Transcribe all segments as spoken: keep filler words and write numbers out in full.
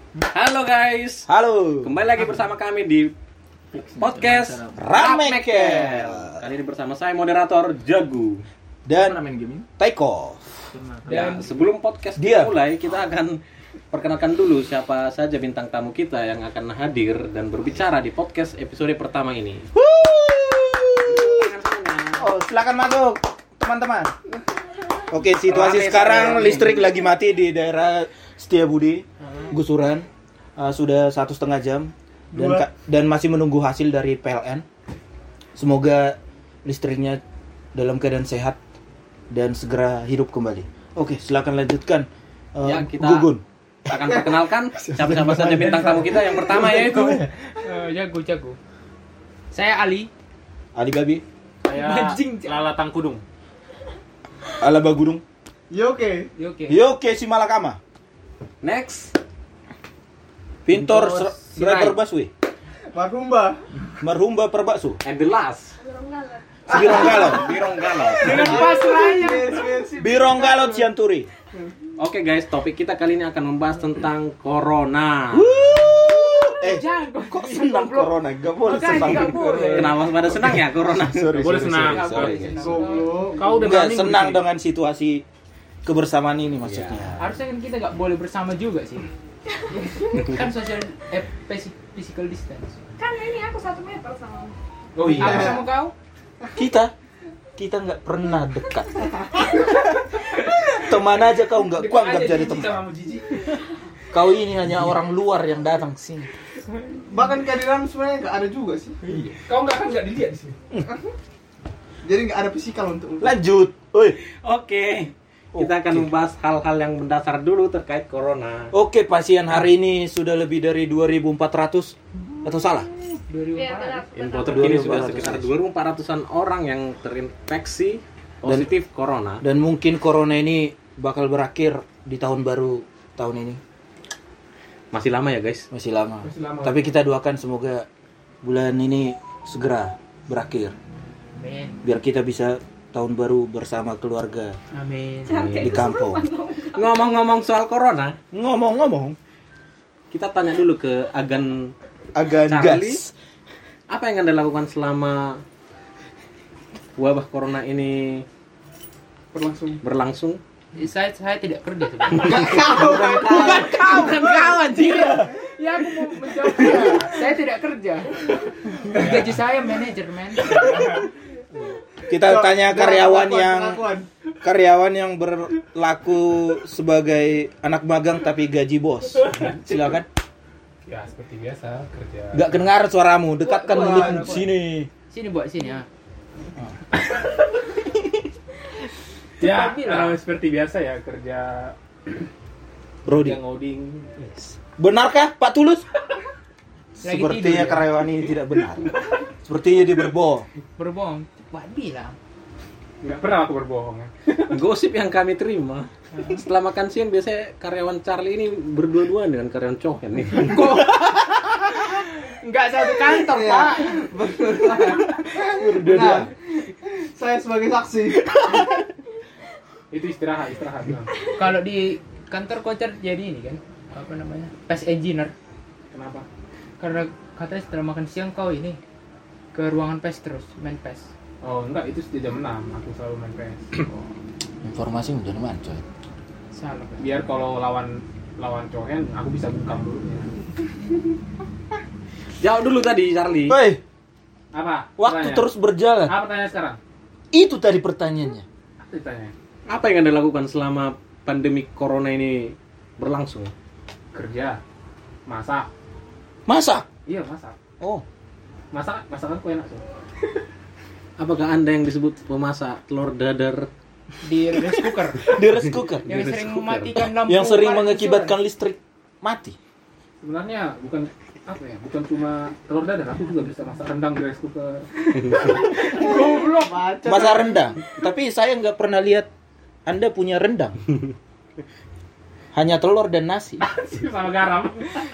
Halo guys. Halo. Kembali lagi bersama kami di podcast Ramekel. Kali ini bersama saya moderator Jagu Dan main game ini? Taiko. Dan sebelum podcast Dia. mulai, kita akan perkenalkan dulu siapa saja bintang tamu kita yang akan hadir dan berbicara di podcast episode pertama ini. Oh, silakan masuk, teman-teman. Oke, situasi Rame sekarang sekali. listrik lagi mati di daerah Setiabudi, Gusuran. Uh, sudah satu setengah jam dan ka- dan masih menunggu hasil dari P L N. Semoga listriknya dalam keadaan sehat dan segera hidup kembali. Oke, silakan lanjutkan. Uh, Ya, kita- Gugun. Akan perkenalkan siapa-siapa saja bintang tamu kita. Yang pertama yaitu Uh, jago, jago. Saya Ali. Ali Babi, Saya Lala Tangkudung. Alaba Gunung. Yoke, Oke. Yoke si Malakama. next. Pintor Pintor ser- Sirai. driver busway. Marhumba, Marhumba perbakso. And the last, Birong Galau. Birong Galau. Dengan pasrahnya. Birong Galau Cianturi. Oke guys, topik kita kali ini akan membahas tentang corona. Eh, Jago. kok senang corona? Gak boleh Makanya senang. nggak boleh. Kenapa pada senang ya corona? Sorry, Boleh sorry, senang. sorry, sorry, guys. goblok. Kau udah Nggak, berani senang begini. dengan situasi kebersamaan ini maksudnya. Harusnya kan kita nggak boleh bersama juga sih. Kan social eh, phys- physical distance. Kan ini aku satu meter sama. Oh iya. Aku sama kau? Kita kita nggak pernah dekat. Teman aja kau nggak kau anggap jadi teman. Kau ini hanya orang luar yang datang ke sini. Bahkan kehadiran sebenarnya nggak ada juga sih. Kau nggak kan nggak dilihat di sini. Jadi nggak ada fisikal untuk. Lanjut. Oi. Oke, kita akan Oke. membahas hal-hal yang mendasar dulu terkait corona. Oke, pasien hari ini sudah lebih dari dua ribu empat ratus atau salah? Iya benar. Info benar. terkini dua ribu empat sudah ratus. sekitar dua ribu empat ratusan orang yang terinfeksi positif corona. Dan mungkin corona ini bakal berakhir di tahun baru tahun ini. Masih lama ya guys. Masih lama. Masih lama. Tapi kita doakan semoga bulan ini segera berakhir. Amin. Biar kita bisa tahun baru bersama keluarga Amin. di kampung. Ngomong-ngomong soal corona, Ngomong-ngomong, kita tanya dulu ke Agan, agak Charlie. gas. apa yang Anda lakukan selama wabah corona ini Berlangsung. berlangsung? Saya saya tidak kerja sebenarnya. Bukan kau, bukan kau anjir. Ya aku mau menjawab. Saya tidak kerja. Gaji saya manajemen. Kita tanya karyawan Pengakuan, yang pengakuan. karyawan yang berlaku sebagai anak magang tapi gaji bos. Silakan. Ya seperti biasa kerja. Nggak kedengar suaramu, dekatkan Wah, mulut wah, wah. sini. Sini buat sini ya. Ya Kita bilang. eh, seperti biasa ya kerja Brody. yang ngoding. Benarkah Pak Tulus? Lagi Sepertinya tidur, ya? karyawan ini tidak benar. Sepertinya dia berbohong. Berbohong. Cepat bilang. Nggak pernah aku berbohong ya. Gosip yang kami terima, setelah makan siang biasanya karyawan Charlie ini berdua-duaan dengan karyawan Cohen nih. Kok? Enggak satu kantor, Iya. Pak. Nah, saya sebagai saksi. Itu istirahat istirahat. Bang. Kalau di kantor kocar jadi ini kan, apa namanya? Pest engineer. Kenapa? Karena katanya setelah makan siang kau ini ke ruangan pest terus, main pest. Oh enggak itu sejak jam enam aku selalu main P S. Informasi udah mana coy? Salah. Pak. Biar kalau lawan lawan Cohen aku bisa bungkam dulu ya. Jawab dulu tadi Charlie. Hei, Apa? waktu Pertanyaan? terus berjalan. Apa tanya sekarang? Itu tadi pertanyaannya. Apa ditanya? Apa yang Anda lakukan selama pandemi corona ini berlangsung? Kerja, masak. Masak. Iya masak. Oh, Masak masakanku enak sih. Apakah Anda yang disebut pemasak telur dadar Di rice cooker di rice cooker. yang Di rice sering cooker. mematikan lampu. Yang sering kartu mengakibatkan suara. listrik mati. Sebenarnya bukan apa ya? Bukan cuma telur dadar, aku juga bisa masak rendang di rice cooker. Goblok. Masak rendang. Tapi saya nggak pernah lihat Anda punya rendang. Hanya telur dan nasi. Sama garam.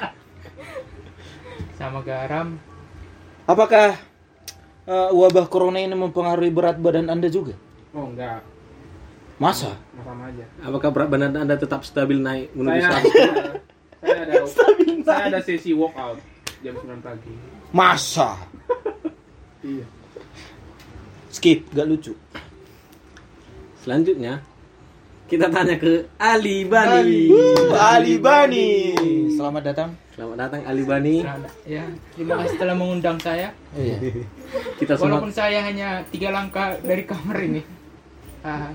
Sama garam. Apakah uh, wabah corona ini mempengaruhi berat badan Anda juga? Oh enggak, Masa? sama aja. Apakah berat badan Anda tetap stabil naik menuju Saya, seratus? saya ada saya ada sesi workout jam sembilan pagi. Masa? Iya. Skip, gak lucu. Selanjutnya kita tanya ke Ali Bani. Uh, Ali Bani. Selamat datang. Selamat datang Ali Bani. Selamat, ya, terima kasih telah mengundang saya. Iya. Kita semua Walaupun saya hanya tiga langkah dari kamar ini. Ah,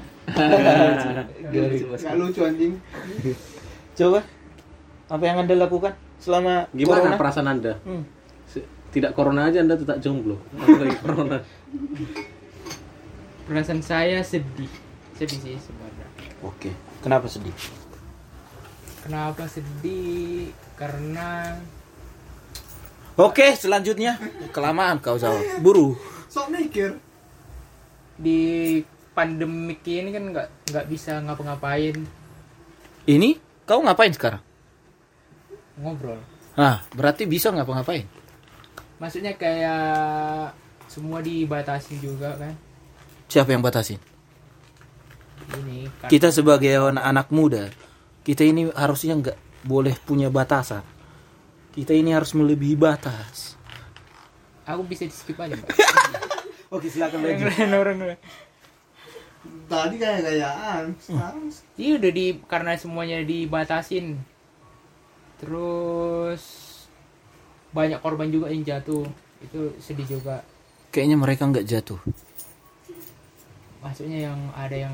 Gak lucu anjing. Coba. Apa yang Anda lakukan selama gimana corona? perasaan Anda? Hmm. Se- Tidak corona aja Anda tetap jomblo. Apalagi corona. perasaan saya sedih. Sedih sih sebenarnya. Oke. Kenapa sedih? Kenapa sedih? Karena Oke, selanjutnya. Kelamaan kau jawab. Buru. Sok mikir. di pandemik ini kan nggak nggak bisa ngapa-ngapain, Ini kau ngapain sekarang? ngobrol. Nah, berarti bisa ngapa-ngapain. Maksudnya kayak semua dibatasi juga kan. Siapa yang batasin? Ini kan Kita sebagai anak-anak muda, kita ini harusnya nggak boleh punya batasan. Kita ini harus melebihi batas. aku bisa di skip aja, Mbak. Oke, silakan Yang lain orang lain. Tadi kayak gayaan. Sekarang Iya udah di karena semuanya dibatasin. Terus banyak korban juga yang jatuh. Itu sedih juga. Kayaknya mereka nggak jatuh. Maksudnya yang ada yang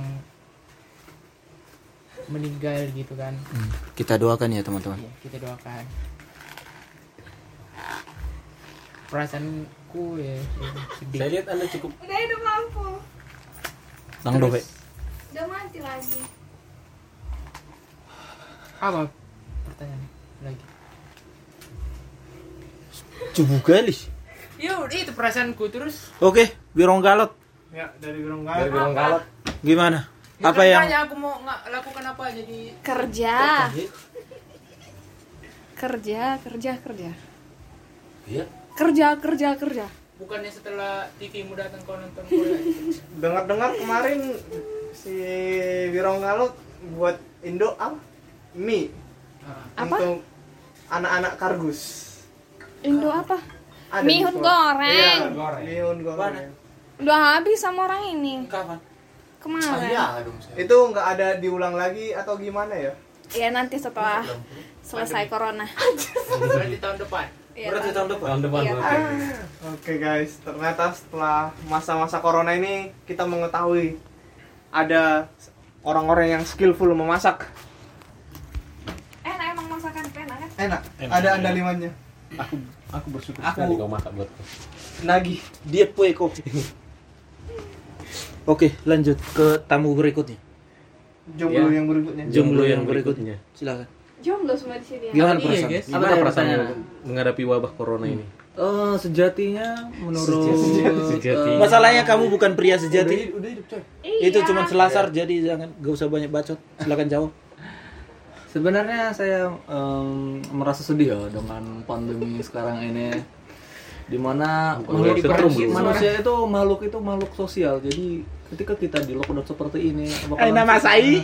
meninggal gitu kan. Hmm, Kita doakan ya teman-teman. Ya, kita doakan. Perasaanku ya sedih. Saya lihat Anda cukup Udah hidup lampu. Lang dope. Udah mati lagi. Apa pertanyaan lagi? Cubu galis. Ya udah itu perasaanku terus. Oke, Birong Galot. ya dari Birong dari Galot. Birong Galot. Gimana? Ya, Apa kan yang tanya aku mau nggak lakukan apa jadi Kerja. Kerja, kerja, kerja. Iya. Kerja, kerja, kerja. bukannya setelah T V-mu datang kau nonton Korea. Dengar-dengar kemarin si Birong Galot buat Indo apa? Mie Ah, Apa? untuk anak-anak kardus. Indo apa? Ada Mihun di sekolah. goreng. Iya, mihun goreng. Udah habis sama orang ini. kapan? Kemarin. Itu nggak ada diulang lagi atau gimana ya? Ya nanti setelah selesai corona. berarti tahun depan. Iya, Berarti tahun depan. Tahun depan. Iya. berarti. Oke guys, ternyata setelah masa-masa corona ini kita mengetahui ada orang-orang yang skillful memasak. Enak emang masakan enak kan? Enak, Enak, ada iya. andalimannya. Aku aku bersyukur Aku- sekali kau masak buatku. Nagih. Dia pueko. Oke, lanjut ke tamu berikutnya. Jomblo Ya. yang berikutnya. Jomblo yang berikutnya. Silakan. Jomblo semua di sini ya. Gimana Iya, perasaan? guys. Gimana Apa perasaannya perasaan? menghadapi wabah corona ini? Eh, sejatinya menurut Sejati. eh, Masalahnya kamu bukan pria sejati. udah, udah hidup coy. Itu Iya. cuma selasar, jadi jangan gak usah banyak bacot. Silakan jawab. Sebenarnya saya em, merasa sedih ya dengan pandemi sekarang ini, dimana Bukan makhluk setrum, manusia, bro. manusia itu makhluk itu makhluk sosial. Jadi ketika kita di lockdown seperti ini, bakalan- nama saya.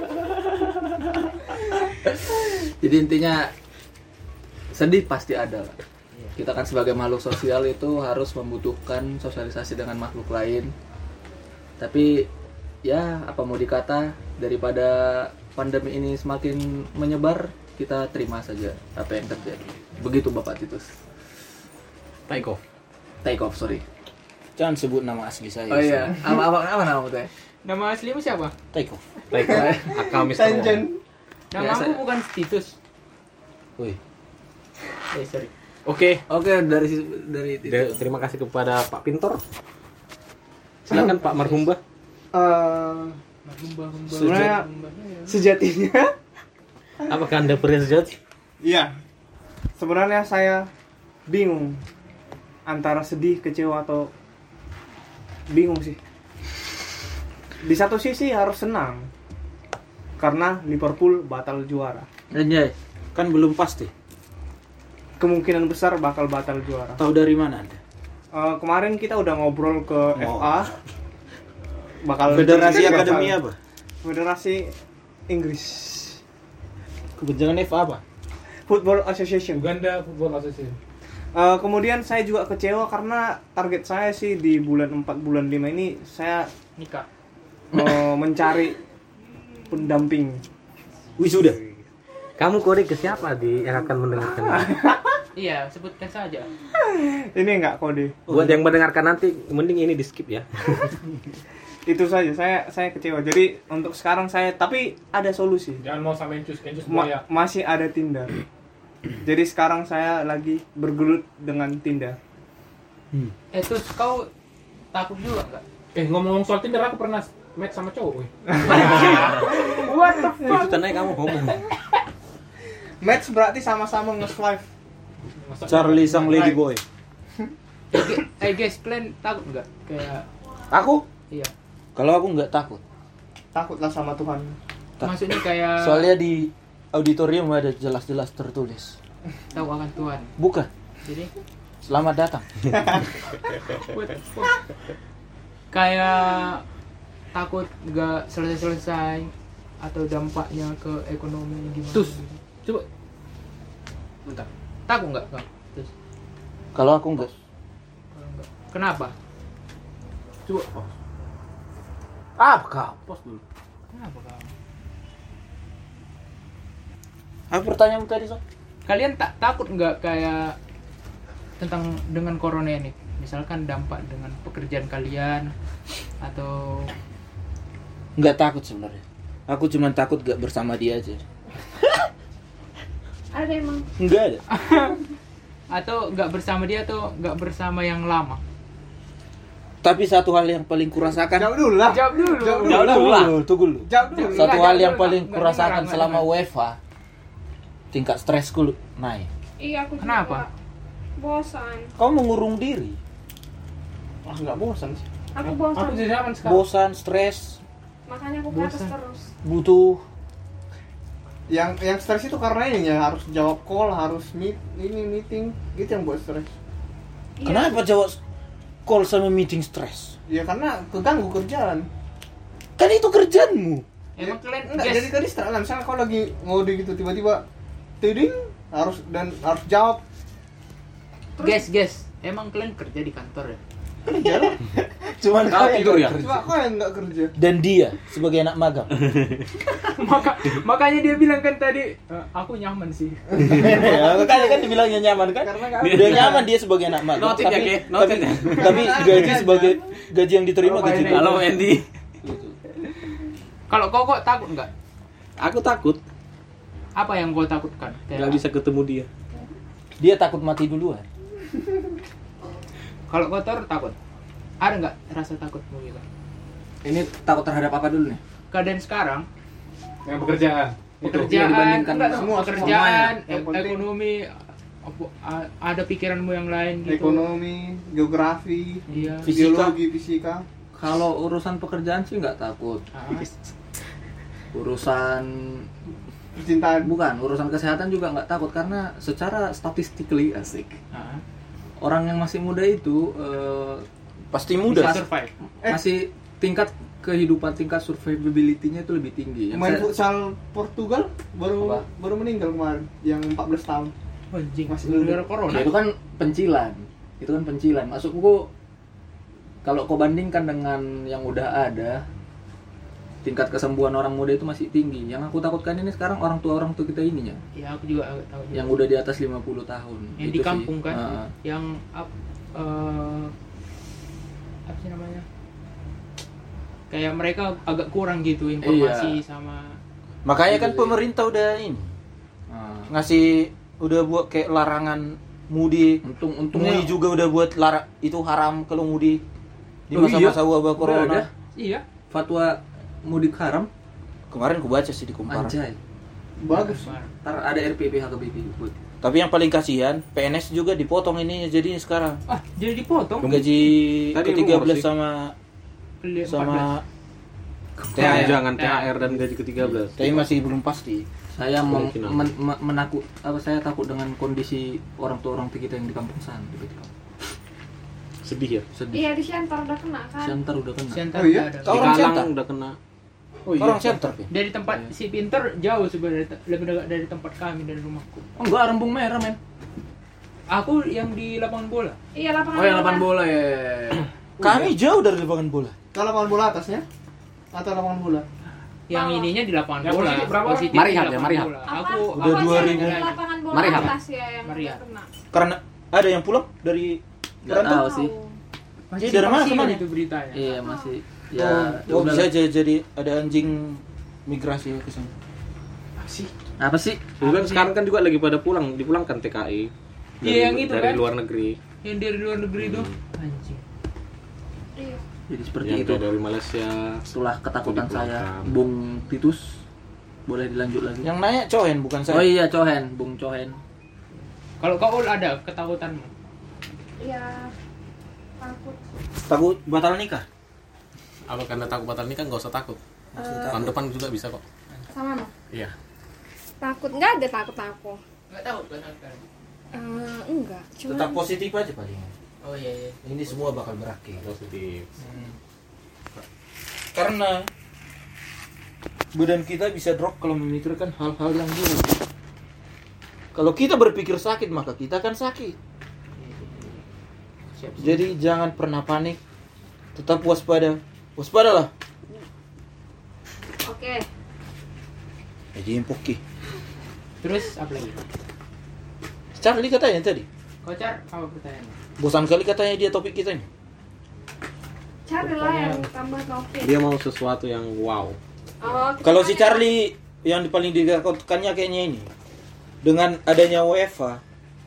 Jadi intinya sedih pasti ada lah. Kita kan sebagai makhluk sosial itu harus membutuhkan sosialisasi dengan makhluk lain. Tapi ya apa mau dikata, daripada pandemi ini semakin menyebar, kita terima saja apa yang terjadi. Begitu Bapak Titus. Take off. Take off, sorry. Jangan sebut nama asli saya. Oh iya, apa apa apa nama teh? Nama aslimu siapa? Take off. Take off. Akal mister Wong. Tenjen. Nama Ya, aku saya- bukan Titus. Wih. Eh sorry. Oke. Oke, dari dari Da- Terima kasih kepada Pak Pintor. Silakan Pak Marhumbah. Eh, Rumba-rumba. Sebenarnya sejatinya Apakah Anda pria sejati? iya. Sebenarnya saya bingung antara sedih, kecewa atau bingung sih. Di satu sisi harus senang karena Liverpool batal juara. Anjay. Kan belum pasti. Kemungkinan besar bakal batal juara. Tahu dari mana Anda? Eh, kemarin kita udah ngobrol ke F Oh. A. Bakal Federasi bakal- Akademi apa? Federasi Inggris. Kebijakan F A apa? Football Association. Uganda Football Association. Uh, kemudian saya juga kecewa karena target saya sih di bulan empat bulan lima ini saya Nikah. uh, mencari pendamping. Wisuda. Kamu kode ke siapa di yang akan mendengarkan ini? Iya, sebutkan saja. Ini enggak kode. Buat yang mendengarkan nanti, mending ini di skip ya. Itu saja, saya saya kecewa. Jadi untuk sekarang saya, tapi ada solusi. Jangan mau sama Encus, Encus Ma- buaya. masih ada Tinder. Jadi sekarang saya lagi bergelut dengan Tinder. Eh terus kau takut juga enggak? Eh ngomong-ngomong soal Tinder, aku pernah match sama cowok. weh. What the Nah, itu tandanya kamu ngomong. Match berarti sama-sama nge-swipe. Masa- Charlie sang lady boy. Eh guys, kalian takut enggak? Kayak Aku? iya. Kalau aku nggak takut. Takutlah sama Tuhan. Maksudnya kayak Soalnya di auditorium ada jelas-jelas tertulis. tahu akan Tuhan. Bukan. Jadi Selamat datang. what the fuck? Kayak takut nggak selesai-selesai atau dampaknya ke ekonomi gimana? Terus, coba. Bentar. Takut nggak kau? Terus Kalau aku nggak. kalau nggak, kenapa? Coba. Oh, Apa kau? pause dulu. Kenapa kau? Apa pertanyaanmu tadi, Sob? Kalian tak takut nggak kayak tentang dengan corona ini? Misalkan dampak dengan pekerjaan kalian atau Nggak takut sebenarnya. Aku cuma takut nggak bersama dia aja. Ada emang. Nggak ada. atau nggak bersama dia atau nggak bersama yang lama? Tapi satu hal yang paling kurasakan. Jawab dulu lah. Jawab dulu. Jawab dulu. Jawab dulu lah. Tunggu dulu. Jawab dulu. Jawab. Satu Nggak, hal nggak, yang nggak, paling nggak, kurasakan nggak, nggak, selama nggak. W F H, tingkat stresku naik. Iya aku juga. Kenapa? Bosan. Kau mengurung diri, Ah, enggak bosan sih. Aku Aku bosan. jadi zaman sekarang. bosan, stres, Makanya aku ke atas Bosan. terus. butuh. Yang yang stres itu karena ini ya harus jawab call, harus meet, ini meeting, gitu yang buat stres. Iya. Kenapa jawab call sama meeting stres? Ya karena keganggu kerjaan. Kan itu kerjaanmu. Emang Ya, kalian enggak guys, jadi tadi setelah misalnya kau lagi ngode gitu tiba-tiba tiding harus dan harus jawab guys, guys, emang kalian kerja di kantor ya? kerja lah. Cuman Kau kau yang tidur nggak ya? kerja. Coba kau yang nggak kerja. Dan dia sebagai anak magang. Maka makanya dia bilang kan tadi, "Eh, aku nyaman sih." Ya, makanya kan dibilangnya nyaman kan? Karena nggak Udah nyaman dia sebagai anak magang. Notit ya, tapi, Ke? tapi, Notit ya? tapi gaji sebagai gaji yang diterima Halo, gaji Pak gua. Halo Andy. Kalau kau kok takut nggak? Aku takut Apa yang kau takutkan? nggak bisa ketemu dia. Dia takut mati duluan. Kalau kotor takut. Ada nggak rasa takutmu gitu? Ini takut terhadap apa dulu nih? Keadaan sekarang, Yang pekerjaan. pekerjaan, Yang dibandingkan enggak, semua, pekerjaan, semuanya. Yang ek- penting- ekonomi, apa- a- ada pikiranmu yang lain gitu. Ekonomi, geografi, Iya. Fisika. biologi, fisika. Kalau urusan pekerjaan sih nggak takut. Ah, Urusan Percintaan. bukan, urusan kesehatan juga nggak takut karena secara statistically asik. ah. Orang yang masih muda itu eh, Pasti Bisa muda. survive. Eh. masih tingkat kehidupan, tingkat survivability-nya itu lebih tinggi. Yang Main saya- futsal Portugal baru Apa? baru meninggal kemarin yang empat belas tahun. Anjing, Masih masih muda. gara corona. Ya, itu kan pencilan, itu kan pencilan. Maksudku kalau kau bandingkan dengan yang udah ada, tingkat kesembuhan orang muda itu masih tinggi. Yang aku takutkan ini sekarang orang tua orang tua kita ininya, Ya aku juga agak tahu. juga. yang udah di atas lima puluh tahun. yang Itu di sih. kampung kan, Heeh. yang ap, eh, apa sih namanya? Kayak mereka agak kurang gitu informasi Iya. sama. Makanya kan pemerintah udah ini Heeh. ngasih udah buat kayak larangan mudik. Untung untungnya Mui juga udah buat lara itu haram kalau mudik di Oh, masa-masa iya? wabah Udah corona. ada? Iya. fatwa mudik haram. Kemarin aku baca sih di Kumparan. Anjay. Bagus. Ntar ada R P P H K B P buat. Tapi yang paling kasihan P N S juga dipotong ini jadinya sekarang. Ah, jadi dipotong. Gaji Tadi ke tiga belas rumor sih. sama Beli sama T H R, jangan T H R dan gaji ke tiga belas. tapi masih belum pasti. Saya mem- Kemungkinan. men- men- menakut apa saya takut dengan kondisi orang tua orang tua kita yang di kampung sana tiba-tiba. Sedih ya. Sedih. Iya di Siantar udah kena kan. Siantar udah kena. Siantar Oh iya? udah ada. Kau Di orang Kalang Siantar? udah kena. Oh iya. Orang center. Pi. Dari tempat si Pinter jauh sebenarnya, lebih dekat dari tempat kami, dari rumahku. Oh, enggak, Rembung Merah, men. Aku yang di lapangan bola. Iya lapangan. Oh, yang lapangan bola ya. Kami jauh dari lapangan bola. Kalau lapangan bola atasnya atau lapangan bola? Yang Oh. ininya di lapangan Yang bola. positif berapa? Positif Marihat di ya, lapangan Marihat. bola. Apa? Aku Udah apa dua sih ribu. yang lapangan bola Marihat. atas ya yang Marihat. kena. Karena ada yang pulang dari Enggak Rantau. tahu sih. masih Jadi dari mana dipastikan kemana? itu beritanya. Iya, masih ya. oh, ya oh udah bisa lah. aja jadi ada anjing migrasi ke sana. Apa sih? Juga sekarang kan juga lagi pada pulang, dipulangkan T K I. Iya, yang itu dari kan. luar negeri. Yang dari luar negeri itu. Hmm. Anjing. Iya. Jadi seperti Yang itu. dari Malaysia. Setelah ketakutan saya, Dipulangkan. Bung Titus boleh dilanjut lagi. Yang nanya Cohen bukan saya. Oh iya, Cohen, Bung Cohen. Kalau kau ada ketakutanmu? Iya. Takut. Takut batal nikah. Apa karena takut batal nikah nggak usah takut. Eh, Tahun depan juga bisa kok. sama no? Iya. Takut nggak ada takut aku. Enggak tahu kan. Eh, enggak. Cuma Tetap positif aja paling. Oh iya iya. Ini semua bakal berakhir. Positif. Karena badan kita bisa drop kalau memikirkan hal-hal yang buruk. Kalau kita berpikir sakit, maka kita akan sakit. Siap. Jadi jangan pernah panik. Tetap waspada. Waspadalah. Oke. Jadi impoki. Terus apa lagi? Charlie katanya tadi. Kocar apa pertanyaannya? Bosan kali katanya dia topik kita ini. Carilah yang tambah topik. Dia mau sesuatu yang wow. Oh, kita Kalau si tanya. Charlie yang paling ditakutkannya kayaknya ini. Dengan adanya W F H,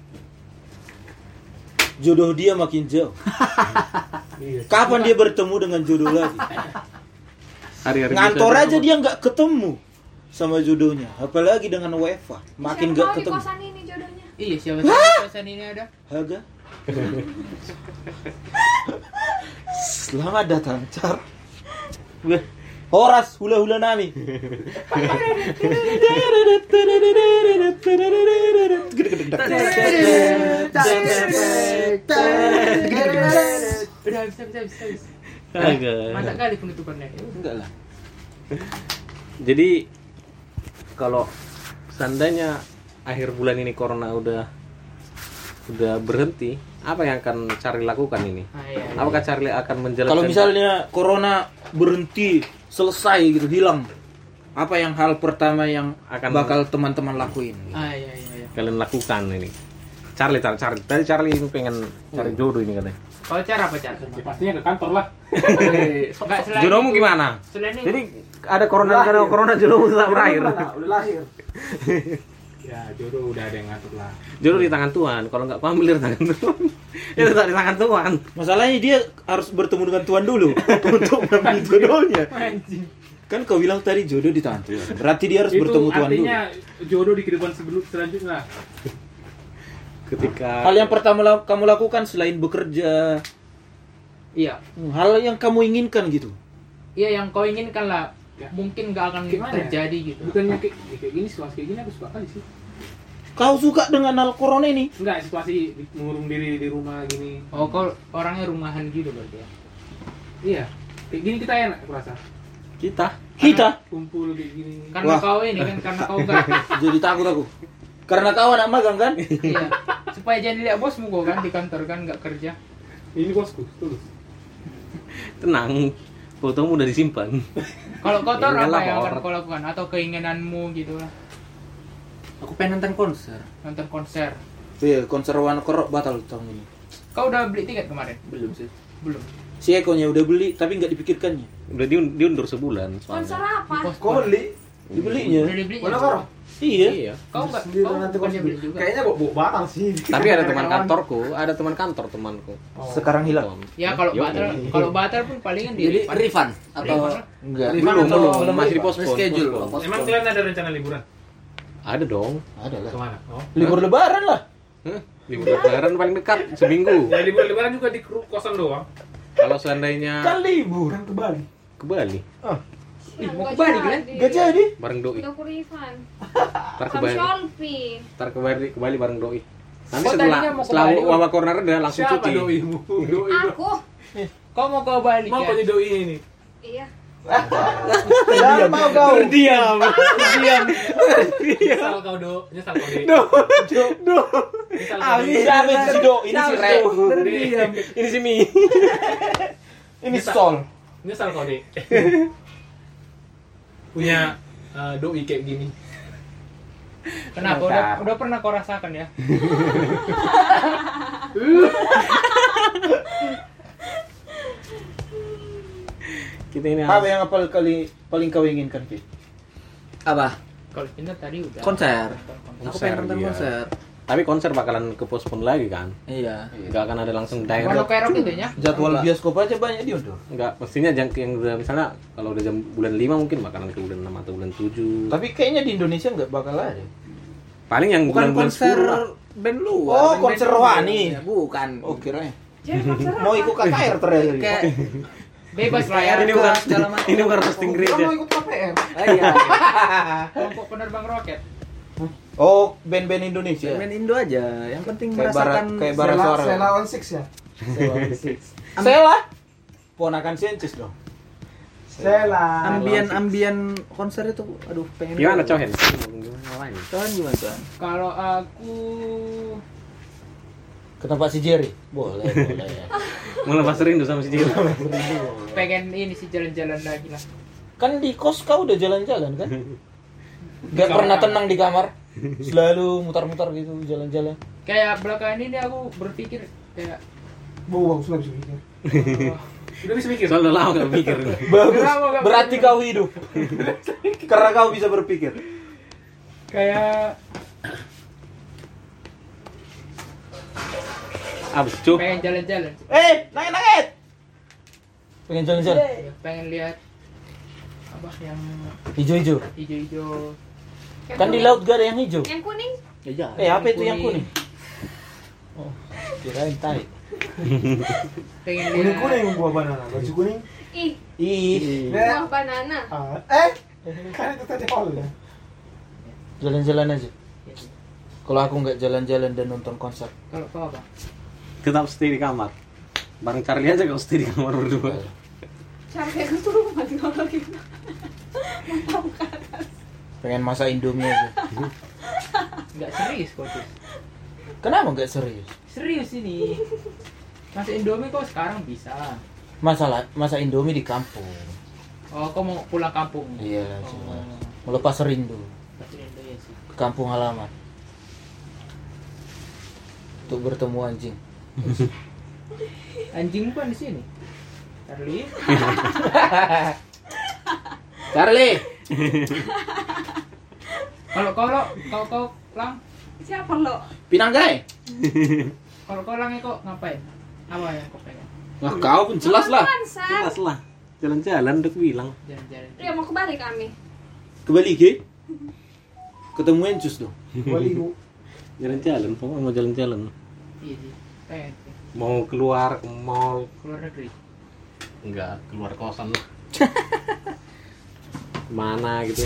jodoh dia makin jauh. Kapan dia bertemu dengan jodoh lagi? Hari-hari Ngantor biasa aja dia nggak ketemu sama jodohnya. Apalagi dengan W F H, makin Siapa nggak tahu di ketemu. kosan ini jodohnya. Iya, siapa tahu di kosan ini ada. Haga. Selamat datang, Char. Horas hula-hula nami. Udah bisa bisa bisa. bisa. Agak. Mantap kali penutupannya. Enggak lah. Jadi kalau seandainya akhir bulan ini corona udah udah berhenti, apa yang akan Charlie lakukan ini? Ah, iya, iya. Apakah Charlie akan menjalankan? Kalau misalnya corona berhenti, selesai gitu, hilang. Apa yang hal pertama yang Akan- bakal teman-teman lakuin? Ah iya iya iya. kalian lakukan ini? Charlie, Charlie, Charlie. Tadi Charlie ini pengen cari jodoh ini katanya. Kalau cara apa cara? Ya, pastinya ke kantor lah. Enggak selain Jodohmu itu- gimana? Selain itu, Jadi ada corona, karena corona jodohmu tetap berakhir. Udah lahir. Ya, jodoh udah ada yang ngatur lah. Jodoh di tangan Tuhan. Kalau nggak ambil dari tangan Tuhan, itu tak di tangan Tuhan. Masalahnya dia harus bertemu dengan Tuhan dulu untuk mengambil jodohnya. anjing. Kan kau bilang tadi jodoh di tangan Tuhan. Berarti dia harus Itu bertemu Tuhan dulu. artinya jodoh di kehidupan sebelum selanjutnya. Ketika Hal yang pertama la- kamu lakukan selain bekerja, Iya. hal yang kamu inginkan gitu. Iya yang kau inginkan lah. Ya. Mungkin nggak akan Gimana ya? terjadi gitu. Bukannya kayak, ya kayak gini, situasi kayak gini aku suka kali sih. Kau suka dengan hal corona ini? Enggak, situasi di- mengurung diri di rumah gini. Oh kau orangnya rumahan gitu berarti ya? Iya, kayak gini kita enak aku rasa. kita Kita Kumpul kayak gini. Karena Wah. kau ini kan karena kau enggak. jadi takut aku. Karena kau anak magang kan? Iya. Supaya jangan dilihat bosmu kau kan di kantor kan nggak kerja. Ini bosku, tulus. tenang, fotomu udah disimpan. Kalau kotor Ya, apa lah, yang akan Por. kau lakukan atau keinginanmu gitu lah? Aku pengen nonton konser. Nonton konser. Iya, konser Warna Korok batal tahun ini. Kau udah beli tiket kemarin? Belum sih. Belum. Si Ekonya udah beli tapi nggak dipikirkannya. Udah diun- diundur sebulan. Sponsor soalnya. apa? Kau beli? Dibelinya. Udah dibeli? Warna Korok? Iya. Iya. Kau enggak? Sendiri Kau nanti bukannya kos- beli juga? Kayaknya bawa batal sih. Tapi ada teman kantorku, ada teman kantor temanku. Sekarang hilang. Ya kalau Yo. batal, kalau batal pun palingan di Jadi refund atau Enggak. refund Belum, atau belum, masih di refund? postpone, Schedule. postpone. postpone. Emang kalian ada rencana liburan? Ada dong. Ada lah. Kemana? Oh. Libur lebaran lah. Hah? Libur lebaran paling dekat seminggu. Ya liburan-liburan juga di kru- kosan doang. Kalau seandainya Kan libur. Ke Bali. ke Bali, Ih, mau Nggak ke Bali kan? jadi. Gak jadi. bareng doi. Udah kurifan. Ntar ke Sama Bali, Shopee. ntar ke Bali, ke Bali bareng doi. Nanti Oh, setelah tadinya mau ke setelah Bali, wabah corona reda langsung Siapa cuti. doimu? Doi. Aku. Kau mau ke Bali Mau kan? kau di doi ini? Iya. Jangan mau kau. Terdiam. Terdiam. Nyesal kau do, nyesal kau deh. Do. Do. Nyesal kau Ini deh. siapa si Do? Ini si Re. Terdiam. Ini si Mi. Ini Sol. Nyesal kau deh. Punya uh, doi kayak gini. Kenapa? Udah, udah pernah kau rasakan ya? Kita ini Apa yang apa kali paling kau inginkan, Ki? Apa? Kalau pindah tadi udah. Konser. Aku Konser, pengen nonton iya. konser. Tapi konser bakalan ke postpone lagi kan? Iya. Enggak akan ada langsung Mono direct. kerok gitu ya? Jadwal bioskop aja banyak diundur. Enggak, pastinya yang, yang udah misalnya kalau udah jam bulan lima mungkin bakalan ke bulan enam atau bulan tujuh. Tapi kayaknya di Indonesia nggak bakal ada. Paling yang Bukan bulan-bulan konser sepuluh lah. band luar. Oh, band-band konser luar. rohani. Ya, bukan. Oh, kirain. Jadi konser Mau apa? ikut K K R terakhir. Kayak Bebas lah ya. Ini bukan segala macam. ini bukan roasting grade ya. Mau ikut K P R. Ah, iya. Kelompok penerbang roket. Oh, band-band Indonesia. Band Indo aja. Yang penting Kayak merasakan bara- kayak bara Sela, suara. Sela on six ya. Sela. Ponakan Sencis dong. Sela. ambien-ambien konser itu aduh pengen. Gimana Cohen? Gimana lain? Cohen gimana Cohen? Kalau aku Ke tempat si Jerry. Boleh, boleh. Mau lepas rindu sama si Jiro. pengen ini sih jalan-jalan lagi lah. Kan di kos kau udah jalan-jalan kan? Gak pernah tenang di kamar. Selalu mutar-mutar gitu jalan-jalan. Kayak belakangan ini aku berpikir kayak Wow, bagus lah bisa pikir. eh, Udah bisa mikir. Soalnya lama gak mikir. Bagus. Kenapa gak Berarti kau hidup. Karena kau bisa berpikir. kayak Abis cu. pengen jalan-jalan. Eh, nangit-nangit. Pengen jalan-jalan. Ya, pengen lihat apa yang Hijau-hijau. hijau-hijau. Kan di laut gak ada yang hijau. Yang kuning? Iya. Eh, apa itu yang kuning? Oh, kirain tai. Pengen Kuning lihat kuning buah banana, baju kuning. Ih, Ih, buah banana. Ah, eh, kan itu tadi awal ya. jalan-jalan aja. Kalau aku nggak jalan-jalan dan nonton konser. kalau kau apa? Tetap stay di kamar. Bareng Charlie aja kalau stay di kamar berdua. Cara kayak gitu rumah kalau gitu. Mantap ke atas. Pengen masak Indomie aja. Nggak serius kok tuh. Kenapa nggak serius? Serius ini. Masuk Indomie kok sekarang bisa. Masalah masak Indomie di kampung. Oh, kau mau pulang kampung? Iya, Oh, jelas. Melepas rindu pasti Indo ya sih. ke kampung halaman. Untuk bertemu anjing. Anjing bukan di sini. Charlie. Charlie. Kalau kau lo, kau kau lang, Siapa lo? Pinanggai. kalau kau lang kok ngapain? Apa yang kau pengen? Wah, kau pun jelas lah. Konser. Jelas lah. Jalan-jalan udah bilang. Jalan-jalan. Iya mau kembali kami. Ke Bali, Ki. Ketemu Encus dong. Waligu. Jalan-jalan, pokoknya mau jalan-jalan. Iya sih. Pengen sih. Mau keluar ke mall. Keluar negeri. Enggak, keluar kosan lah. Mana gitu.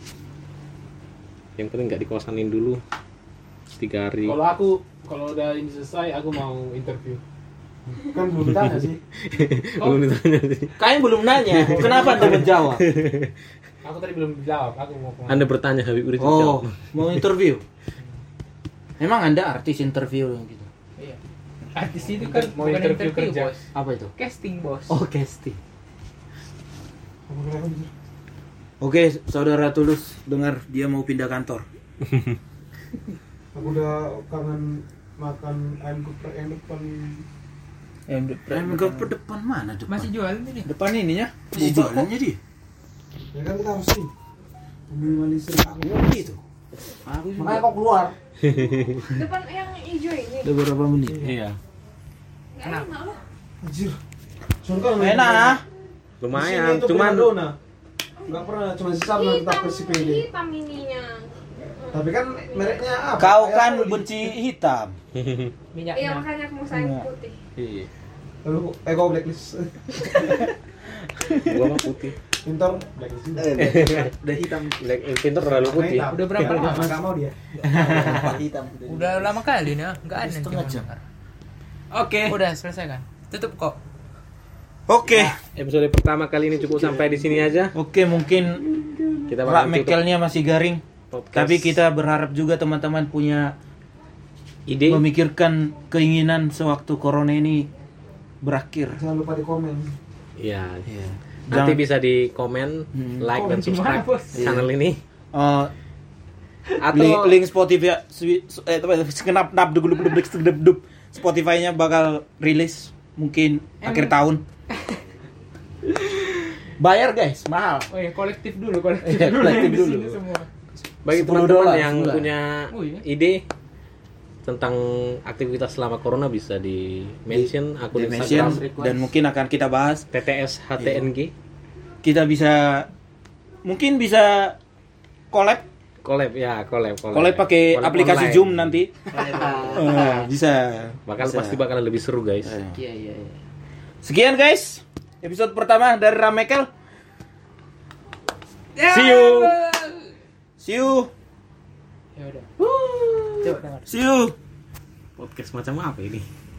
Yang penting nggak dikosanin dulu. Tiga hari. Kalau aku kalau udah ini selesai aku mau interview. Kan belum ditanya sih. Belum ditanya sih. Kalian belum nanya. Kenapa Anda menjawab? Aku tadi belum jawab, aku mau ngomong. Anda bertanya Habib Urid Oh, mau interview. Emang Anda artis interview gitu. Iya. Artis itu kan Mau bukan interview interview, kerja. bos. Apa itu? Casting, bos. Oh, casting. Aku kira kan gitu. Oke, saudara Tulus dengar dia mau pindah kantor. Aku udah kangen makan ayam geprek yang depan. Ayam geprek depan mana depan? Masih jual ini. Depan ininya. Masih jualannya dia. Ya kan kita harus sih minimalisir aku. Oh, gitu. Aku juga. Makanya kau keluar. Depan yang hijau ini. Udah berapa menit? Iya. Gak enak loh. Anjir. Soalnya kan Enak. Lumayan, cuman Enggak pernah, cuma sisa dengan Hitam, tetap si Pele. hitam ininya. Tapi kan mereknya apa? Kau Kayak kan poli. benci hitam. Iya Minyaknya. makanya aku mau sayang Iya. putih. Iya. Lalu eh kau blacklist. Gua mah putih. Pintar blacklist juga. Udah hitam. Black Pinter terlalu putih. Hitam. Udah berapa Ya, lama? Enggak mau dia. hitam. Udah lama kali nih, enggak ada Setengah yang jam. dengar. Oke. Udah selesai kan? Tutup kok. Oke. Episode pertama kali ini cukup sampai di sini aja. Oke, mungkin Kita rak bakal tutup mekelnya masih garing. podcast. Tapi kita berharap juga teman-teman punya ide. memikirkan keinginan sewaktu corona ini berakhir. Jangan lupa di komen. Iya. Iya. Nanti Jangan- bisa di komen, Hmm. like dan Komen di mana, subscribe Bos? channel ini. Eh, Atau link, link Spotify swi- eh apa sekenap nap dulu dulu dulu Spotify-nya bakal rilis mungkin Em- akhir tahun. Bayar guys, mahal. Oh ya, kolektif dulu, kolektif Iya, dulu. kolektif di dulu. sini semua. bagi sepuluh teman-teman dolar yang sebulan. punya Oh, iya. ide tentang aktivitas selama corona bisa di mention akun Di mention, Instagram dan mungkin akan kita bahas. T T S H T N G. Kita bisa mungkin bisa collab Collab ya, collab, collab. collab pakai Collab aplikasi online. Zoom nanti. Eh, bisa. Bakal Bisa. pasti bakal lebih seru guys. Eh. Iya, iya, iya. Sekian guys, episode pertama dari Ramekel. Ya, See you. See you. Ya udah. Coba dengar. See you. Podcast macam apa ini?